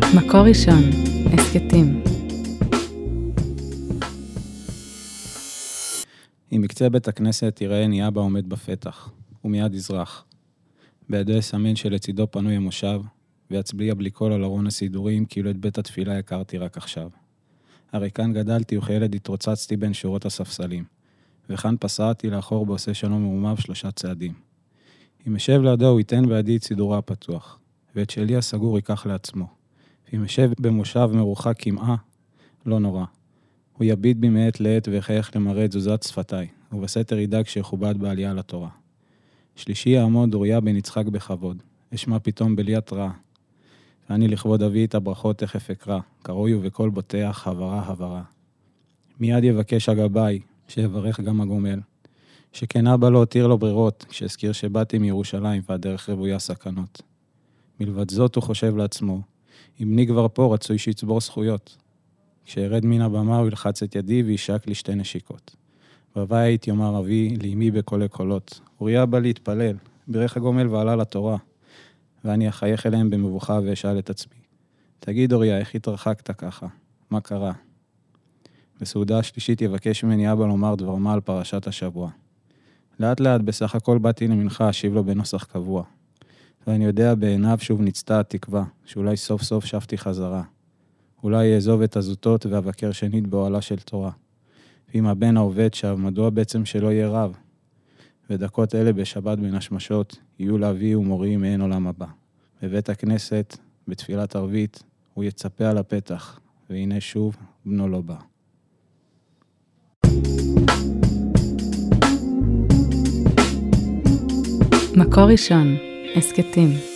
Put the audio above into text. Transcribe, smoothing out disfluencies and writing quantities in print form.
מקור ראשון, הסקטים. אם מקצה בית הכנסת יראני אבא עומד בפתח, ומיד יזרח. בידו יסמן שלצידו פנוי המושב, ויצביע בלי קול על ארון הסידורים, כאילו את בית התפילה הכרתי רק עכשיו. הרי כאן גדלתי וכילד התרוצצתי בין שורות הספסלים, וכאן פסעתי לאחור בעושה שלום מרומב 3 צעדים. אם אשב לידו הוא ייתן בידי את סידורו הפתוח, ואת שלי הסגור ייקח לעצמו. ואם אשב במושב מרוחק כמעה, לא נורא. הוא יביט בי מעת לעת ויחייך למראה את תזוזת שפתיי, ובסתר ידאג שיכובד בעלייה לתורה. שלישי יעמוד אוריה בן יצחק בכבוד, אשמע פתאום בלי התראה. ואני לכבוד אבי את הברכות תכף אקרא, קרוי ובקול בוטח הברה. מיד יבקש הגבאי, שיברך גם הגומל. שכן אבא לא הותיר לו ברירות, כשהזכיר שבאתי מירושלים והדרך רבויה סכנות. מלבד זאת הוא חושב לעצמו, אם בני כבר פה רצוי שיצבור זכויות. כשירד מן הבמה הוא ילחץ את ידי וישק לי 2 נשיקות. בבית יאמר אבי לאמי בקולי קולות, אוריה בא להתפלל, בירך הגומל ועלה לתורה. ואני אחייך אליהם במבוכה ואשאל את עצמי, תגיד אוריה, איך התרחקת ככה? מה קרה? בסעודה השלישית יבקש ממני אבא לומר דבר מה על פרשת השבוע. לאט לאט בסך הכל באתי למנחה אשיב לו בנוסח קבוע. ואני יודע בעיניו שוב נצתה התקווה, שאולי סוף סוף שבתי חזרה. אולי יעזוב את הזוטות ואבקר שנית באוהלה של תורה. ואם הבן העובד שב, מדוע בעצם שלא יהיה רב? ודקות אלה בשבת בין השמשות יהיו לאבי ומורי מעין עולם הבא. בבית הכנסת, בתפילת ערבית, הוא יצפה על הפתח, והנה שוב בנו לא בא. מקור ראשון, הסקטים.